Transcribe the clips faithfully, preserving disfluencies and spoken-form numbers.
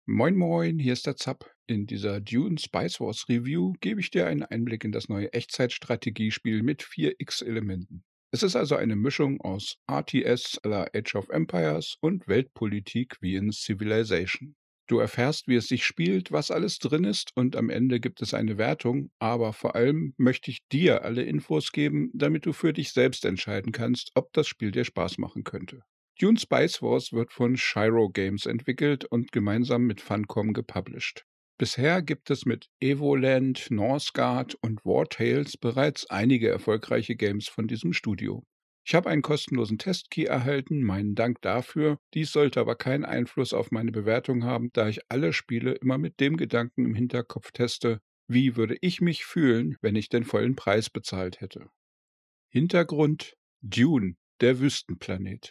Moin Moin, hier ist der Zap. In dieser Dune Spice Wars Review gebe ich dir einen Einblick in das neue Echtzeitstrategiespiel mit vier X-Elementen. Es ist also eine Mischung aus R T S à la Age of Empires und Weltpolitik wie in Civilization. Du erfährst, wie es sich spielt, was alles drin ist und am Ende gibt es eine Wertung, aber vor allem möchte ich dir alle Infos geben, damit du für dich selbst entscheiden kannst, ob das Spiel dir Spaß machen könnte. Dune Spice Wars wird von Shiro Games entwickelt und gemeinsam mit Funcom gepublished. Bisher gibt es mit Evoland, Northgard und War Tales bereits einige erfolgreiche Games von diesem Studio. Ich habe einen kostenlosen Testkey erhalten, meinen Dank dafür. Dies sollte aber keinen Einfluss auf meine Bewertung haben, da ich alle Spiele immer mit dem Gedanken im Hinterkopf teste, wie würde ich mich fühlen, wenn ich den vollen Preis bezahlt hätte. Hintergrund: Dune, der Wüstenplanet.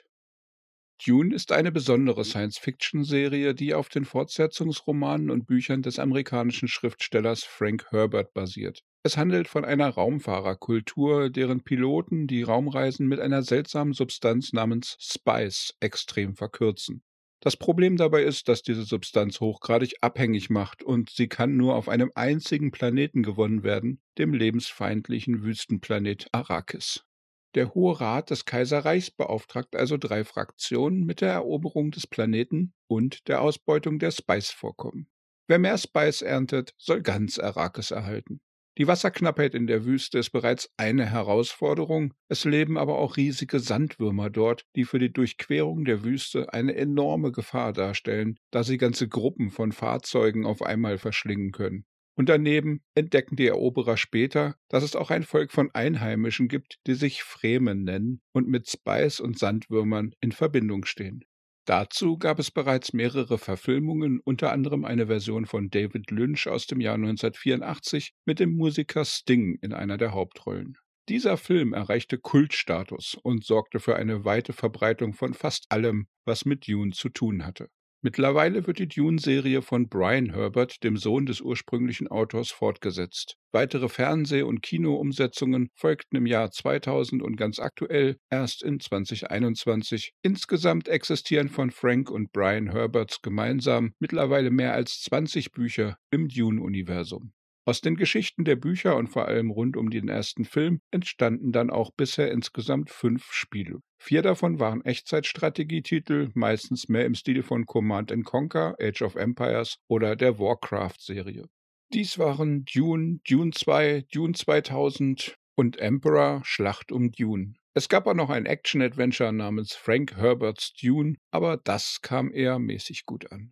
Dune ist eine besondere Science-Fiction-Serie, die auf den Fortsetzungsromanen und Büchern des amerikanischen Schriftstellers Frank Herbert basiert. Es handelt von einer Raumfahrerkultur, deren Piloten die Raumreisen mit einer seltsamen Substanz namens Spice extrem verkürzen. Das Problem dabei ist, dass diese Substanz hochgradig abhängig macht und sie kann nur auf einem einzigen Planeten gewonnen werden, dem lebensfeindlichen Wüstenplanet Arrakis. Der Hohe Rat des Kaiserreichs beauftragt also drei Fraktionen mit der Eroberung des Planeten und der Ausbeutung der Spice-Vorkommen. Wer mehr Spice erntet, soll ganz Arrakis erhalten. Die Wasserknappheit in der Wüste ist bereits eine Herausforderung, es leben aber auch riesige Sandwürmer dort, die für die Durchquerung der Wüste eine enorme Gefahr darstellen, da sie ganze Gruppen von Fahrzeugen auf einmal verschlingen können. Und daneben entdecken die Eroberer später, dass es auch ein Volk von Einheimischen gibt, die sich Fremen nennen und mit Spice und Sandwürmern in Verbindung stehen. Dazu gab es bereits mehrere Verfilmungen, unter anderem eine Version von David Lynch aus dem Jahr neunzehnhundertvierundachtzig mit dem Musiker Sting in einer der Hauptrollen. Dieser Film erreichte Kultstatus und sorgte für eine weite Verbreitung von fast allem, was mit Dune zu tun hatte. Mittlerweile wird die Dune-Serie von Brian Herbert, dem Sohn des ursprünglichen Autors, fortgesetzt. Weitere Fernseh- und Kinoumsetzungen folgten im Jahr zweitausend und ganz aktuell erst in zweitausendeinundzwanzig. Insgesamt existieren von Frank und Brian Herberts gemeinsam mittlerweile mehr als zwanzig Bücher im Dune-Universum. Aus den Geschichten der Bücher und vor allem rund um den ersten Film entstanden dann auch bisher insgesamt fünf Spiele. Vier davon waren Echtzeitstrategietitel, meistens mehr im Stil von Command and Conquer, Age of Empires oder der Warcraft-Serie. Dies waren Dune, Dune zwei, Dune zweitausend und Emperor Schlacht um Dune. Es gab auch noch ein Action-Adventure namens Frank Herbert's Dune, aber das kam eher mäßig gut an.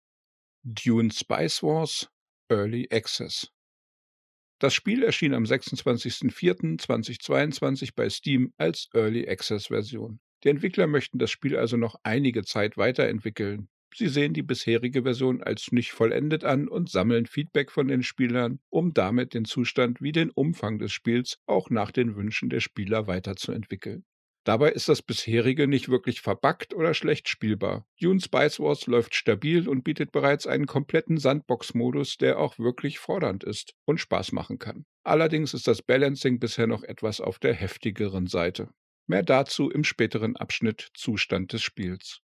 Dune Spice Wars Early Access. Das Spiel erschien am sechsundzwanzigsten vierten zweitausendzweiundzwanzig bei Steam als Early Access Version. Die Entwickler möchten das Spiel also noch einige Zeit weiterentwickeln. Sie sehen die bisherige Version als nicht vollendet an und sammeln Feedback von den Spielern, um damit den Zustand wie den Umfang des Spiels auch nach den Wünschen der Spieler weiterzuentwickeln. Dabei ist das bisherige nicht wirklich verbuggt oder schlecht spielbar. Dune Spice Wars läuft stabil und bietet bereits einen kompletten Sandbox-Modus, der auch wirklich fordernd ist und Spaß machen kann. Allerdings ist das Balancing bisher noch etwas auf der heftigeren Seite. Mehr dazu im späteren Abschnitt Zustand des Spiels.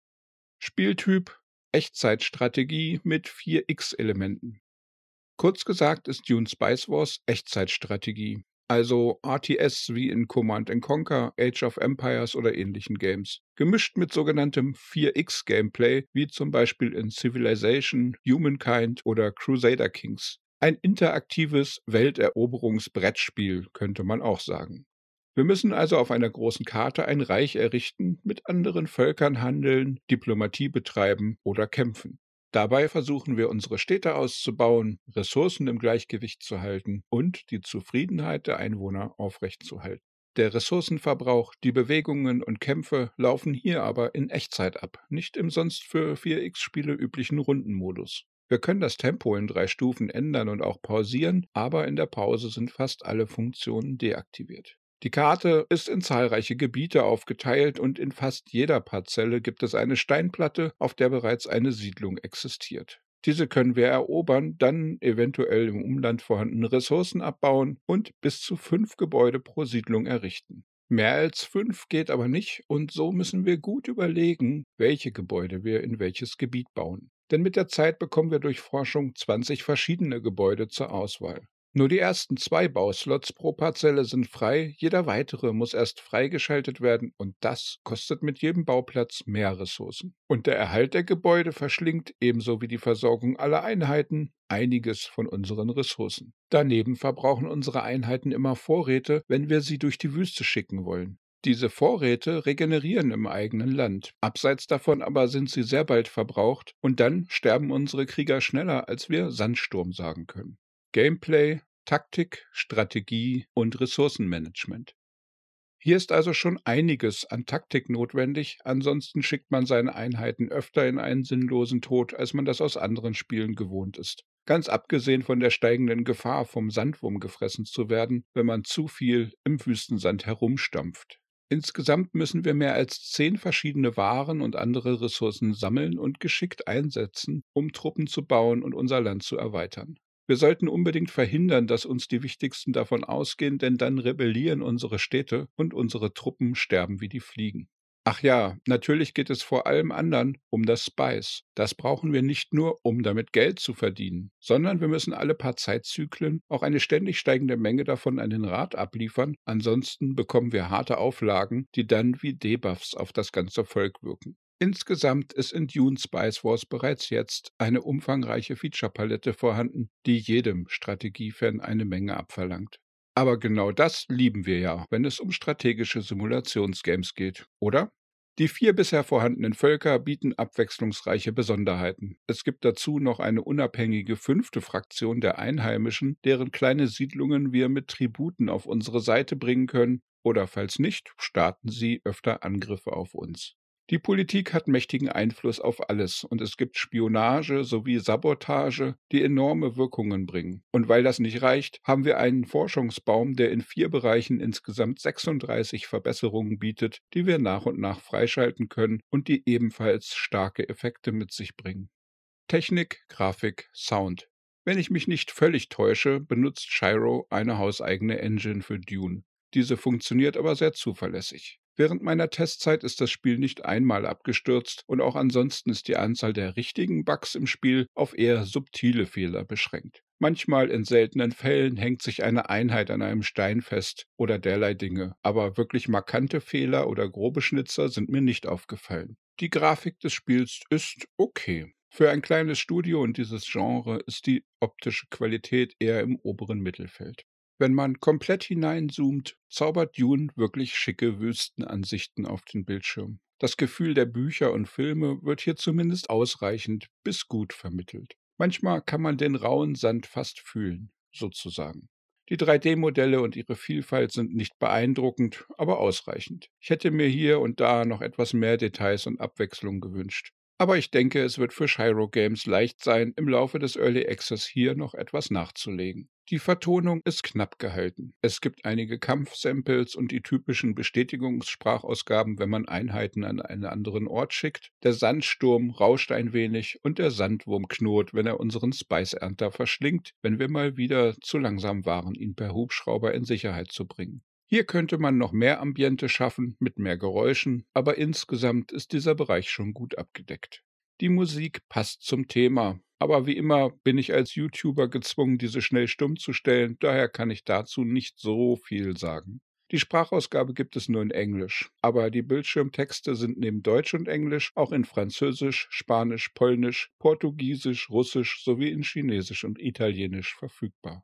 Spieltyp: Echtzeitstrategie mit vier X-Elementen. Kurz gesagt ist Dune Spice Wars Echtzeitstrategie, also R T S wie in Command and Conquer, Age of Empires oder ähnlichen Games, gemischt mit sogenanntem vier X-Gameplay, wie zum Beispiel in Civilization, Humankind oder Crusader Kings. Ein interaktives Welteroberungsbrettspiel, könnte man auch sagen. Wir müssen also auf einer großen Karte ein Reich errichten, mit anderen Völkern handeln, Diplomatie betreiben oder kämpfen. Dabei versuchen wir, unsere Städte auszubauen, Ressourcen im Gleichgewicht zu halten und die Zufriedenheit der Einwohner aufrechtzuerhalten. Der Ressourcenverbrauch, die Bewegungen und Kämpfe laufen hier aber in Echtzeit ab, nicht im sonst für vier X-Spiele üblichen Rundenmodus. Wir können das Tempo in drei Stufen ändern und auch pausieren, aber in der Pause sind fast alle Funktionen deaktiviert. Die Karte ist in zahlreiche Gebiete aufgeteilt und in fast jeder Parzelle gibt es eine Steinplatte, auf der bereits eine Siedlung existiert. Diese können wir erobern, dann eventuell im Umland vorhandene Ressourcen abbauen und bis zu fünf Gebäude pro Siedlung errichten. Mehr als fünf geht aber nicht und so müssen wir gut überlegen, welche Gebäude wir in welches Gebiet bauen. Denn mit der Zeit bekommen wir durch Forschung zwanzig verschiedene Gebäude zur Auswahl. Nur die ersten zwei Bauslots pro Parzelle sind frei, jeder weitere muss erst freigeschaltet werden und das kostet mit jedem Bauplatz mehr Ressourcen. Und der Erhalt der Gebäude verschlingt, ebenso wie die Versorgung aller Einheiten, einiges von unseren Ressourcen. Daneben verbrauchen unsere Einheiten immer Vorräte, wenn wir sie durch die Wüste schicken wollen. Diese Vorräte regenerieren im eigenen Land. Abseits davon aber sind sie sehr bald verbraucht und dann sterben unsere Krieger schneller, als wir Sandsturm sagen können. Gameplay, Taktik, Strategie und Ressourcenmanagement. Hier ist also schon einiges an Taktik notwendig, ansonsten schickt man seine Einheiten öfter in einen sinnlosen Tod, als man das aus anderen Spielen gewohnt ist. Ganz abgesehen von der steigenden Gefahr, vom Sandwurm gefressen zu werden, wenn man zu viel im Wüstensand herumstampft. Insgesamt müssen wir mehr als zehn verschiedene Waren und andere Ressourcen sammeln und geschickt einsetzen, um Truppen zu bauen und unser Land zu erweitern. Wir sollten unbedingt verhindern, dass uns die wichtigsten davon ausgehen, denn dann rebellieren unsere Städte und unsere Truppen sterben wie die Fliegen. Ach ja, natürlich geht es vor allem anderen um das Spice. Das brauchen wir nicht nur, um damit Geld zu verdienen, sondern wir müssen alle paar Zeitzyklen auch eine ständig steigende Menge davon an den Rat abliefern, ansonsten bekommen wir harte Auflagen, die dann wie Debuffs auf das ganze Volk wirken. Insgesamt ist in Dune Spice Wars bereits jetzt eine umfangreiche Feature-Palette vorhanden, die jedem Strategiefan eine Menge abverlangt. Aber genau das lieben wir ja, wenn es um strategische Simulationsgames geht, oder? Die vier bisher vorhandenen Völker bieten abwechslungsreiche Besonderheiten. Es gibt dazu noch eine unabhängige fünfte Fraktion der Einheimischen, deren kleine Siedlungen wir mit Tributen auf unsere Seite bringen können, oder falls nicht, starten sie öfter Angriffe auf uns. Die Politik hat mächtigen Einfluss auf alles und es gibt Spionage sowie Sabotage, die enorme Wirkungen bringen. Und weil das nicht reicht, haben wir einen Forschungsbaum, der in vier Bereichen insgesamt sechsunddreißig Verbesserungen bietet, die wir nach und nach freischalten können und die ebenfalls starke Effekte mit sich bringen. Technik, Grafik, Sound. Wenn ich mich nicht völlig täusche, benutzt Shiro eine hauseigene Engine für Dune. Diese funktioniert aber sehr zuverlässig. Während meiner Testzeit ist das Spiel nicht einmal abgestürzt und auch ansonsten ist die Anzahl der richtigen Bugs im Spiel auf eher subtile Fehler beschränkt. Manchmal in seltenen Fällen hängt sich eine Einheit an einem Stein fest oder derlei Dinge, aber wirklich markante Fehler oder grobe Schnitzer sind mir nicht aufgefallen. Die Grafik des Spiels ist okay. Für ein kleines Studio und dieses Genre ist die optische Qualität eher im oberen Mittelfeld. Wenn man komplett hineinzoomt, zaubert Dune wirklich schicke Wüstenansichten auf den Bildschirm. Das Gefühl der Bücher und Filme wird hier zumindest ausreichend bis gut vermittelt. Manchmal kann man den rauen Sand fast fühlen, sozusagen. Die drei D-Modelle und ihre Vielfalt sind nicht beeindruckend, aber ausreichend. Ich hätte mir hier und da noch etwas mehr Details und Abwechslung gewünscht. Aber ich denke, es wird für Shiro Games leicht sein, im Laufe des Early Access hier noch etwas nachzulegen. Die Vertonung ist knapp gehalten. Es gibt einige Kampfsamples und die typischen Bestätigungssprachausgaben, wenn man Einheiten an einen anderen Ort schickt. Der Sandsturm rauscht ein wenig und der Sandwurm knurrt, wenn er unseren Spice-Ernter verschlingt, wenn wir mal wieder zu langsam waren, ihn per Hubschrauber in Sicherheit zu bringen. Hier könnte man noch mehr Ambiente schaffen, mit mehr Geräuschen, aber insgesamt ist dieser Bereich schon gut abgedeckt. Die Musik passt zum Thema, aber wie immer bin ich als YouTuber gezwungen, diese schnell stumm zu stellen, daher kann ich dazu nicht so viel sagen. Die Sprachausgabe gibt es nur in Englisch, aber die Bildschirmtexte sind neben Deutsch und Englisch auch in Französisch, Spanisch, Polnisch, Portugiesisch, Russisch sowie in Chinesisch und Italienisch verfügbar.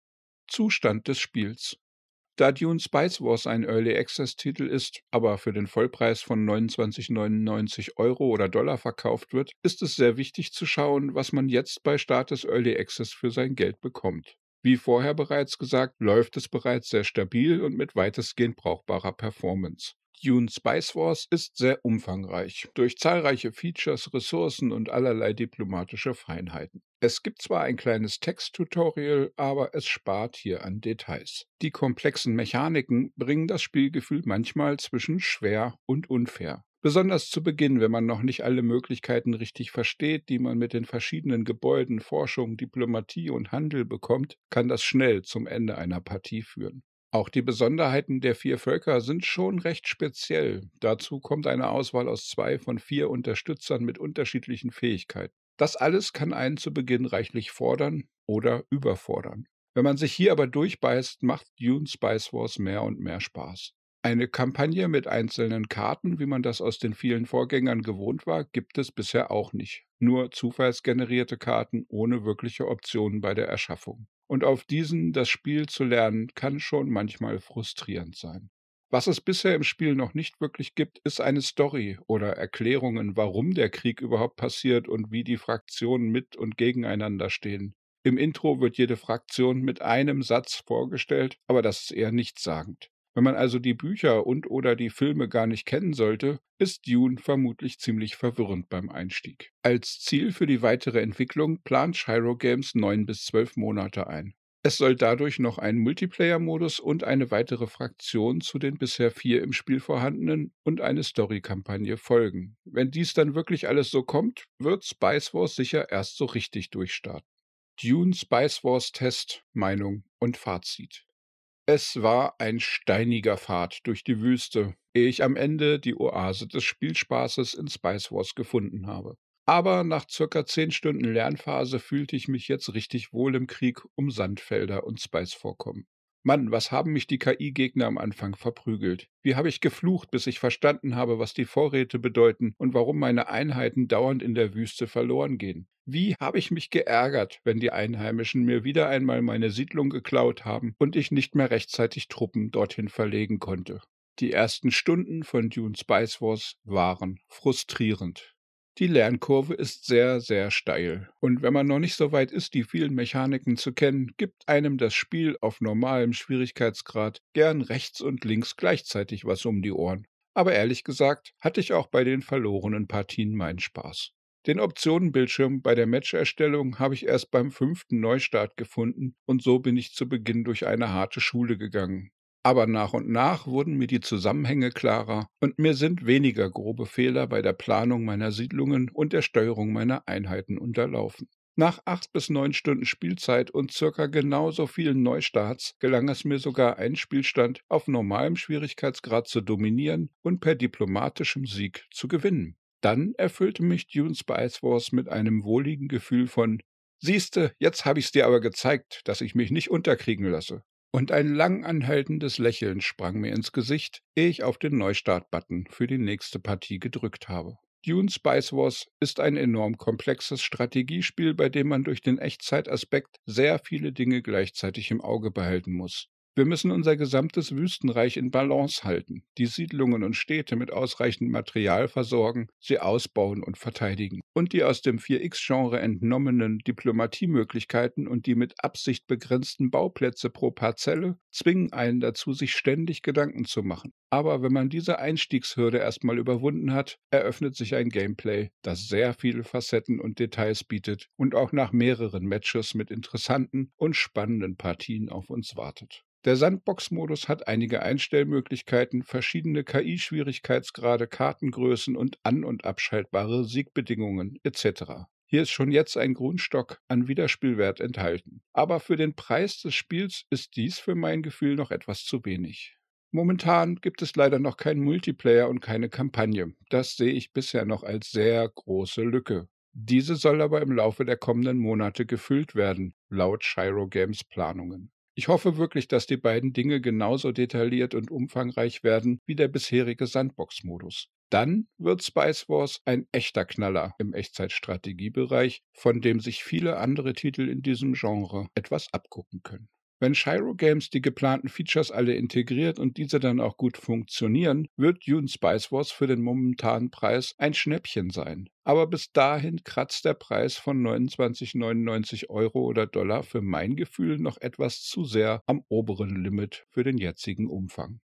Zustand des Spiels. Da Dune Spice Wars ein Early-Access-Titel ist, aber für den Vollpreis von neunundzwanzig neunundneunzig Euro oder Dollar verkauft wird, ist es sehr wichtig zu schauen, was man jetzt bei Start des Early Access für sein Geld bekommt. Wie vorher bereits gesagt, läuft es bereits sehr stabil und mit weitestgehend brauchbarer Performance. Dune Spice Wars ist sehr umfangreich, durch zahlreiche Features, Ressourcen und allerlei diplomatische Feinheiten. Es gibt zwar ein kleines Text-Tutorial, aber es spart hier an Details. Die komplexen Mechaniken bringen das Spielgefühl manchmal zwischen schwer und unfair. Besonders zu Beginn, wenn man noch nicht alle Möglichkeiten richtig versteht, die man mit den verschiedenen Gebäuden, Forschung, Diplomatie und Handel bekommt, kann das schnell zum Ende einer Partie führen. Auch die Besonderheiten der vier Völker sind schon recht speziell. Dazu kommt eine Auswahl aus zwei von vier Unterstützern mit unterschiedlichen Fähigkeiten. Das alles kann einen zu Beginn reichlich fordern oder überfordern. Wenn man sich hier aber durchbeißt, macht Dune Spice Wars mehr und mehr Spaß. Eine Kampagne mit einzelnen Karten, wie man das aus den vielen Vorgängern gewohnt war, gibt es bisher auch nicht. Nur zufallsgenerierte Karten ohne wirkliche Optionen bei der Erschaffung. Und auf diesen das Spiel zu lernen, kann schon manchmal frustrierend sein. Was es bisher im Spiel noch nicht wirklich gibt, ist eine Story oder Erklärungen, warum der Krieg überhaupt passiert und wie die Fraktionen mit und gegeneinander stehen. Im Intro wird jede Fraktion mit einem Satz vorgestellt, aber das ist eher nichtssagend. Wenn man also die Bücher und/oder die Filme gar nicht kennen sollte, ist Dune vermutlich ziemlich verwirrend beim Einstieg. Als Ziel für die weitere Entwicklung plant Shiro Games neun bis zwölf Monate ein. Es soll dadurch noch einen Multiplayer-Modus und eine weitere Fraktion zu den bisher vier im Spiel vorhandenen und eine Story-Kampagne folgen. Wenn dies dann wirklich alles so kommt, wird Spice Wars sicher erst so richtig durchstarten. Dune Spice Wars Test, Meinung und Fazit. Es war ein steiniger Pfad durch die Wüste, ehe ich am Ende die Oase des Spielspaßes in Spice Wars gefunden habe. Aber nach circa zehn Stunden Lernphase fühlte ich mich jetzt richtig wohl im Krieg um Sandfelder und Spice-Vorkommen. Mann, was haben mich die K I-Gegner am Anfang verprügelt? Wie habe ich geflucht, bis ich verstanden habe, was die Vorräte bedeuten und warum meine Einheiten dauernd in der Wüste verloren gehen? Wie habe ich mich geärgert, wenn die Einheimischen mir wieder einmal meine Siedlung geklaut haben und ich nicht mehr rechtzeitig Truppen dorthin verlegen konnte? Die ersten Stunden von Dune Spice Wars waren frustrierend. Die Lernkurve ist sehr, sehr steil. Und wenn man noch nicht so weit ist, die vielen Mechaniken zu kennen, gibt einem das Spiel auf normalem Schwierigkeitsgrad gern rechts und links gleichzeitig was um die Ohren. Aber ehrlich gesagt, hatte ich auch bei den verlorenen Partien meinen Spaß. Den Optionenbildschirm bei der Matcherstellung habe ich erst beim fünften Neustart gefunden und so bin ich zu Beginn durch eine harte Schule gegangen. Aber nach und nach wurden mir die Zusammenhänge klarer und mir sind weniger grobe Fehler bei der Planung meiner Siedlungen und der Steuerung meiner Einheiten unterlaufen. Nach acht bis neun Stunden Spielzeit und circa genauso vielen Neustarts gelang es mir sogar, einen Spielstand auf normalem Schwierigkeitsgrad zu dominieren und per diplomatischem Sieg zu gewinnen. Dann erfüllte mich Dune Spice Wars mit einem wohligen Gefühl von »Siehste, jetzt habe ich's dir aber gezeigt, dass ich mich nicht unterkriegen lasse.« Und ein lang anhaltendes Lächeln sprang mir ins Gesicht, ehe ich auf den Neustart-Button für die nächste Partie gedrückt habe. Dune Spice Wars ist ein enorm komplexes Strategiespiel, bei dem man durch den Echtzeitaspekt sehr viele Dinge gleichzeitig im Auge behalten muss. Wir müssen unser gesamtes Wüstenreich in Balance halten, die Siedlungen und Städte mit ausreichend Material versorgen, sie ausbauen und verteidigen. Und die aus dem vier X-Genre entnommenen Diplomatiemöglichkeiten und die mit Absicht begrenzten Bauplätze pro Parzelle zwingen einen dazu, sich ständig Gedanken zu machen. Aber wenn man diese Einstiegshürde erstmal überwunden hat, eröffnet sich ein Gameplay, das sehr viele Facetten und Details bietet und auch nach mehreren Matches mit interessanten und spannenden Partien auf uns wartet. Der Sandbox-Modus hat einige Einstellmöglichkeiten, verschiedene K I-Schwierigkeitsgrade, Kartengrößen und an- und abschaltbare Siegbedingungen et cetera. Hier ist schon jetzt ein Grundstock an Wiederspielwert enthalten. Aber für den Preis des Spiels ist dies für mein Gefühl noch etwas zu wenig. Momentan gibt es leider noch keinen Multiplayer und keine Kampagne. Das sehe ich bisher noch als sehr große Lücke. Diese soll aber im Laufe der kommenden Monate gefüllt werden, laut Shiro Games Planungen. Ich hoffe wirklich, dass die beiden Dinge genauso detailliert und umfangreich werden wie der bisherige Sandbox-Modus. Dann wird Spice Wars ein echter Knaller im Echtzeitstrategiebereich, von dem sich viele andere Titel in diesem Genre etwas abgucken können. Wenn Shiro Games die geplanten Features alle integriert und diese dann auch gut funktionieren, wird Dune Spice Wars für den momentanen Preis ein Schnäppchen sein. Aber bis dahin kratzt der Preis von neunundzwanzig neunundneunzig Euro oder Dollar für mein Gefühl noch etwas zu sehr am oberen Limit für den jetzigen Umfang.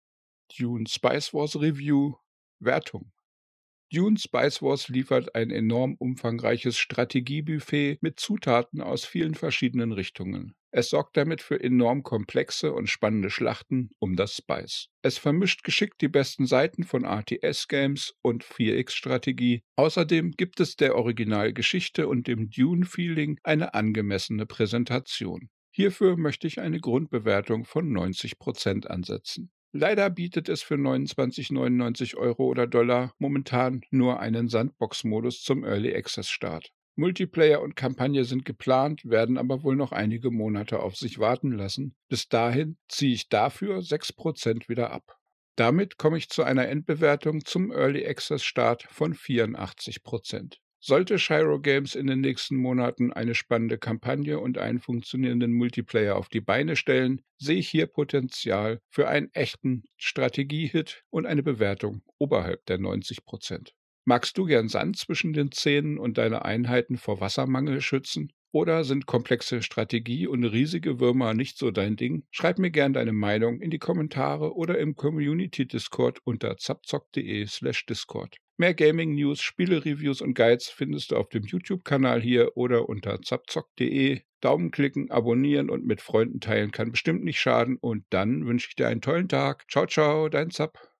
Dune Spice Wars Review Wertung. Dune Spice Wars liefert ein enorm umfangreiches Strategiebuffet mit Zutaten aus vielen verschiedenen Richtungen. Es sorgt damit für enorm komplexe und spannende Schlachten um das Spice. Es vermischt geschickt die besten Seiten von R T S-Games und vier X-Strategie. Außerdem gibt es der Originalgeschichte und dem Dune-Feeling eine angemessene Präsentation. Hierfür möchte ich eine Grundbewertung von neunzig Prozent ansetzen. Leider bietet es für neunundzwanzig neunundneunzig Euro oder Dollar momentan nur einen Sandbox-Modus zum Early Access Start. Multiplayer und Kampagne sind geplant, werden aber wohl noch einige Monate auf sich warten lassen. Bis dahin ziehe ich dafür sechs Prozent wieder ab. Damit komme ich zu einer Endbewertung zum Early Access Start von vierundachtzig Prozent. Sollte Shiro Games in den nächsten Monaten eine spannende Kampagne und einen funktionierenden Multiplayer auf die Beine stellen, sehe ich hier Potenzial für einen echten Strategie-Hit und eine Bewertung oberhalb der neunzig Prozent. Magst du gern Sand zwischen den Zähnen und deine Einheiten vor Wassermangel schützen? Oder sind komplexe Strategie und riesige Würmer nicht so dein Ding? Schreib mir gern deine Meinung in die Kommentare oder im Community-Discord unter zapzock.de slash Discord. Mehr Gaming-News, Spiele-Reviews und Guides findest du auf dem YouTube-Kanal hier oder unter zapzock punkt de. Daumen klicken, abonnieren und mit Freunden teilen kann bestimmt nicht schaden. Und dann wünsche ich dir einen tollen Tag. Ciao, ciao, dein Zap.